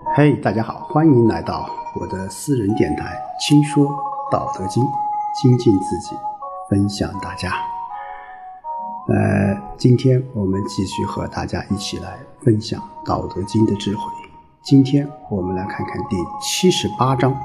嘿，大家好，欢迎来到我的私人电台轻说道德经，精进自己，分享大家。今天我们继续和大家一起来分享道德经的智慧。今天我们来看看第78章。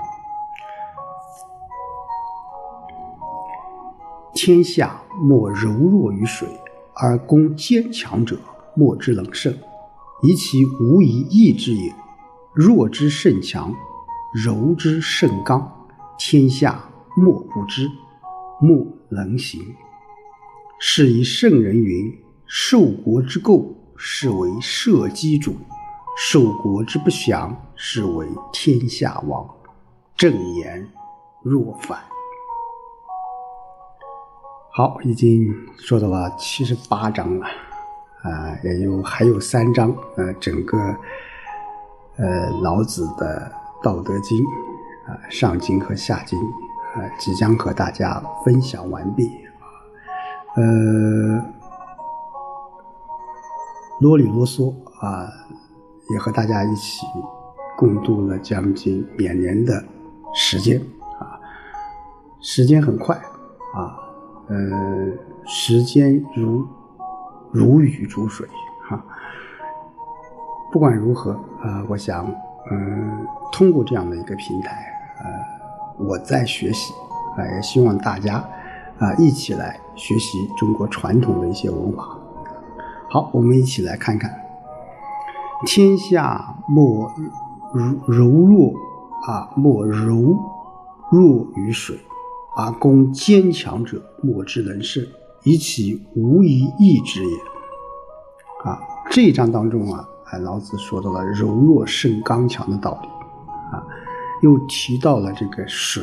天下莫柔弱于水，而攻坚强者莫之能胜，以其无以易之也。弱之甚强，柔之甚刚，天下莫不知，莫能行。是以圣人云：受国之垢，是为社稷主；受国之不祥，是为天下王。正言若反。好，已经说到了78章了，还有3章，整个老子的道德经上经和下经即将和大家分享完毕。啰里啰嗦也和大家一起共度了将近2年的时间时间很快时间如鱼如水不管如何我想通过这样的一个平台我在学习也希望大家一起来学习中国传统的一些文化。好，我们一起来看看天下莫柔弱于水，而攻坚强者莫之能胜，以其无以易之也。这一章当中老子说到了柔弱胜刚强的道理又提到了这个水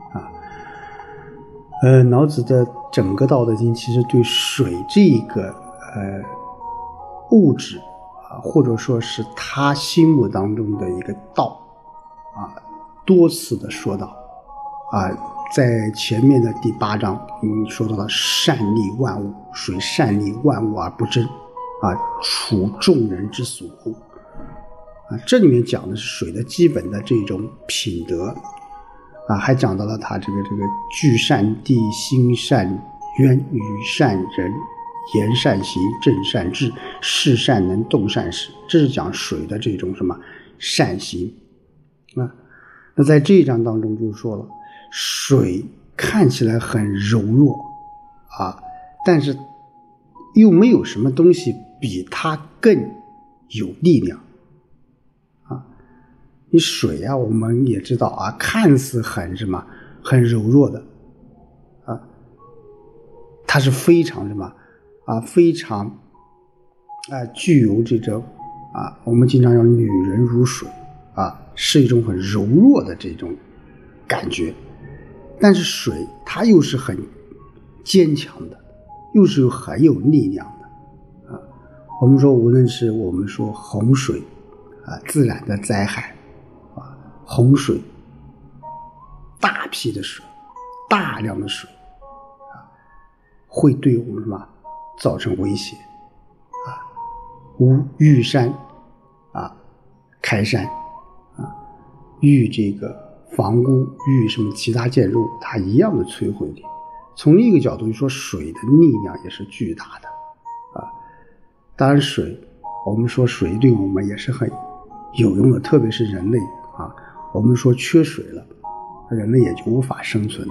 老子的整个道德经其实对水这个物质或者说是他心目当中的一个道多次的说到在前面的第8章说到了善利万物，水善利万物而不争处众人之所恶这里面讲的是水的基本的这种品德还讲到了他这个聚善地，心善渊，语善仁，言善行，正善治，事善能，动善时。这是讲水的这种什么善行那在这一章当中就说了，水看起来很柔弱但是又没有什么东西比它更有力量你水我们也知道看似很柔弱的它是非常非常具有这种我们经常讲女人如水是一种很柔弱的这种感觉，但是水它又是很坚强的，又是很有力量的我们说无论是我们说洪水自然的灾害洪水，大批的水，大量的水会对我们造成威胁遇山开山遇这个房屋，遇什么其他建筑物，它一样的摧毁力。从另一个角度就说，水的力量也是巨大的当然水，我们说水对我们也是很有用的，特别是人类我们说缺水了，人类也就无法生存了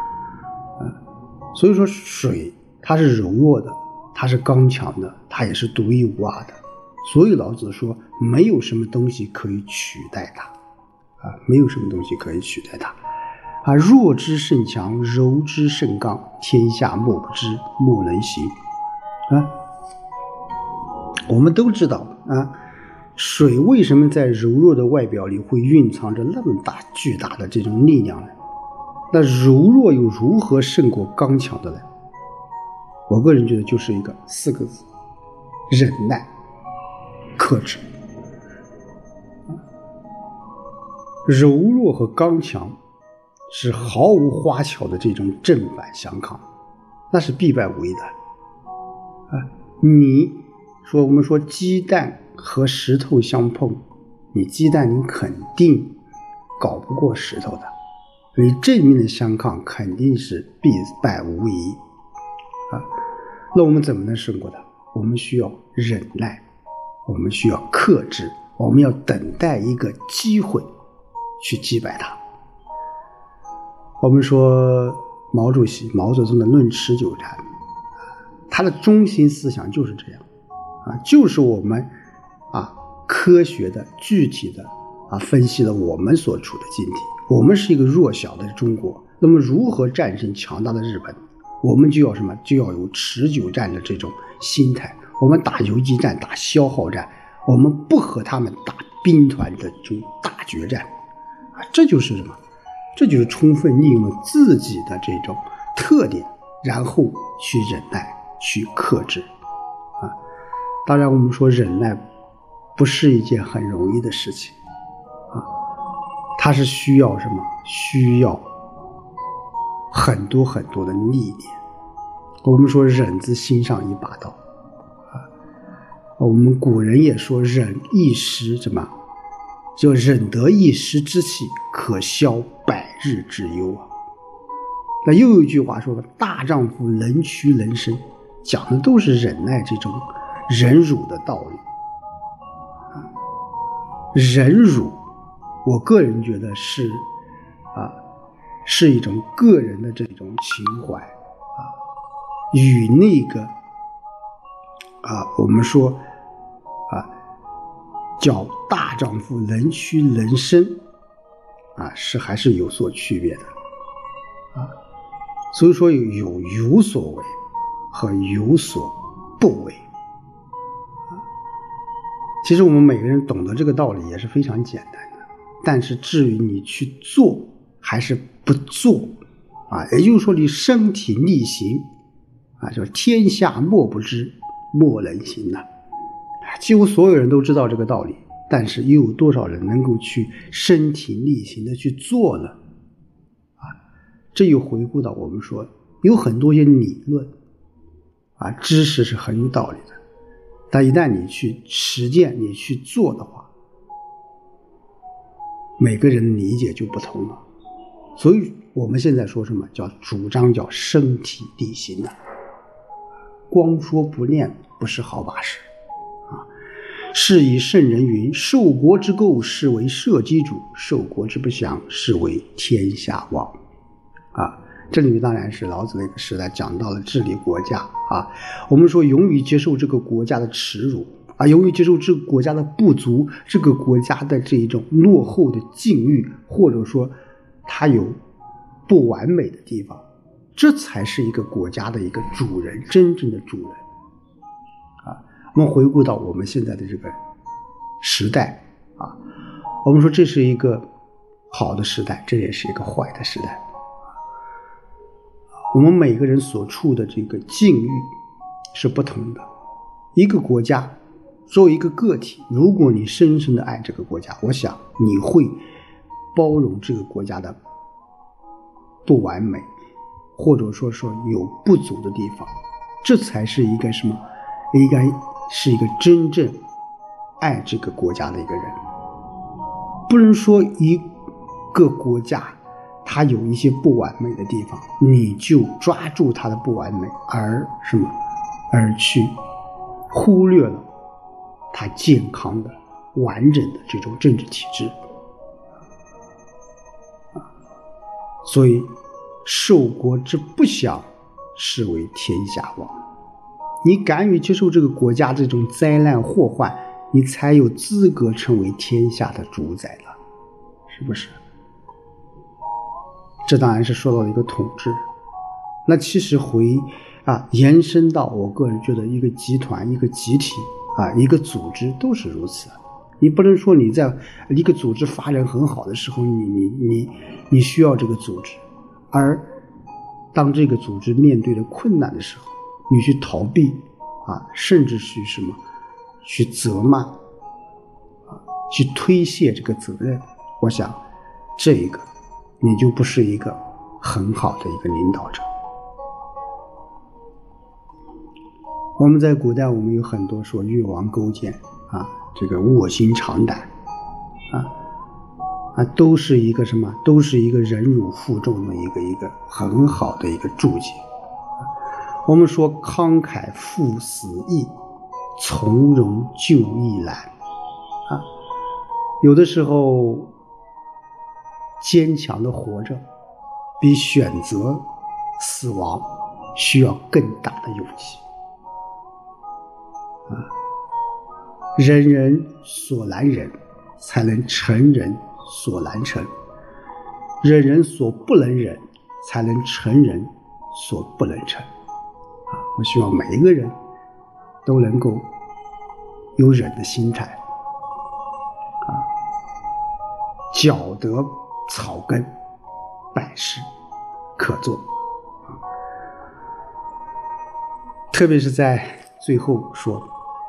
所以说水它是柔弱的，它是刚强的，它也是独一无二的。所以老子说没有什么东西可以取代它没有什么东西可以取代它弱之甚强，柔之甚刚，天下莫不知，莫能行我们都知道水为什么在柔弱的外表里会蕴藏着那么巨大的这种力量呢？那柔弱又如何胜过刚强的呢？我个人觉得就是一个4个字：忍耐、克制。柔弱和刚强是毫无花巧的这种正反相抗，那是必败无疑的我们说鸡蛋和石头相碰你鸡蛋你肯定搞不过石头的，所以正面的相抗肯定是必败无疑啊。那我们怎么能胜过它？我们需要忍耐，我们需要克制，我们要等待一个机会去击败它。我们说毛主席毛泽东的论持久战，他的中心思想就是这样啊，就是我们科学的具体的分析了我们所处的境地。我们是一个弱小的中国，那么如何战胜强大的日本？我们就要什么？就要有持久战的这种心态。我们打游击战，打消耗战，我们不和他们打兵团的这种大决战这就是什么？这就是充分利用了自己的这种特点，然后去忍耐，去克制当然我们说忍耐不是一件很容易的事情它是需要什么？需要很多很多的历练。我们说忍字心上一把刀我们古人也说忍一时什么？就忍得一时之气，可消百日之忧那又有一句话说了，大丈夫能屈能伸，讲的都是忍耐这种忍辱的道理忍辱我个人觉得是一种个人的这种情怀与那个我们说叫大丈夫能屈能伸还是有所区别的所以说有所为和有所不为其实我们每个人懂得这个道理也是非常简单的，但是至于你去做还是不做也就是说你身体力行就天下莫不知，莫能行几乎所有人都知道这个道理，但是又有多少人能够去身体力行的去做呢这又回顾到我们说有很多些理论知识是很有道理的，但一旦你去实践你去做的话，每个人的理解就不同了。所以我们现在说什么叫主张叫身体力行光说不练不是好把式是以圣人云，受国之垢是为社稷主，受国之不祥是为天下王这里面当然是老子那个时代讲到了治理国家我们说勇于接受这个国家的耻辱勇于接受这个国家的不足，这个国家的这一种落后的境遇，或者说它有不完美的地方，这才是一个国家的一个主人，真正的主人我们回顾到我们现在的这个时代我们说这是一个好的时代，这也是一个坏的时代我们每个人所处的这个境遇是不同的。一个国家作为一个个体，如果你深深的爱这个国家，我想你会包容这个国家的不完美，或者说有不足的地方，这才是一个什么？应该是一个真正爱这个国家的一个人。不能说一个国家它有一些不完美的地方，你就抓住它的不完美而去忽略了它健康的完整的这种政治体制所以受国之不祥是为天下王，你敢于接受这个国家这种灾难祸患，你才有资格成为天下的主宰了，是不是？这当然是说到了一个统治，那其实延伸到我个人觉得一个集团一个集体一个组织都是如此。你不能说你在一个组织发展很好的时候你需要这个组织，而当这个组织面对着困难的时候你去逃避甚至去去责骂去推卸这个责任，我想这个你就不是一个很好的一个领导者。我们在古代我们有很多说越王勾践这个卧薪尝胆都是一个什么？都是一个忍辱负重的一个很好的一个注解。我们说慷慨赴死易，从容就义难有的时候坚强的活着比选择死亡需要更大的勇气人人所难忍，才能成人所难成；忍人所不能忍，才能成人所不能成。我希望每一个人都能够有忍的心态脚得草根，百事可做特别是在最后说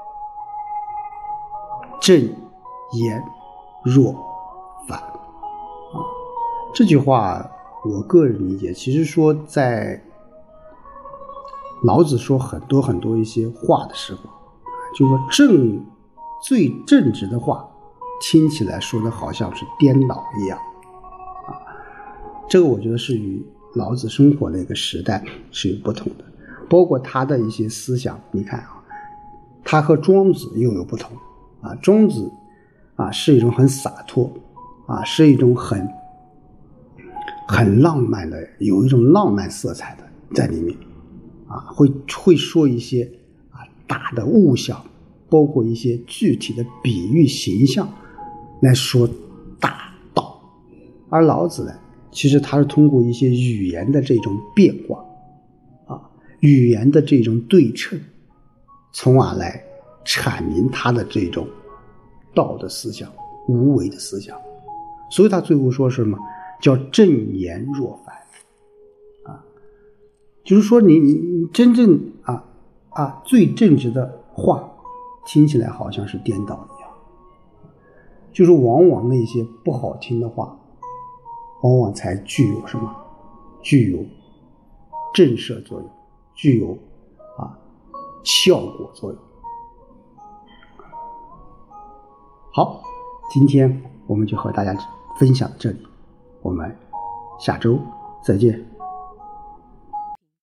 正言若反这句话我个人理解，其实说在老子说很多一些话的时候，就说最正直的话听起来说的好像是颠倒一样这个我觉得是与老子生活的一个时代是有不同的，包括他的一些思想，你看他和庄子又有不同庄子是一种很洒脱是一种很浪漫的，有一种浪漫色彩的在里面会说一些大的物象，包括一些具体的比喻形象来说大道。而老子呢，其实他是通过一些语言的这种变化语言的这种对称，从而来阐明他的这种道的思想，无为的思想。所以他最后说什么叫正言若反就是说你真正最正直的话听起来好像是颠倒一样，就是往往那些不好听的话往往才具有什么？具有震慑作用，具有效果作用。好，今天我们就和大家分享这里，我们下周再见。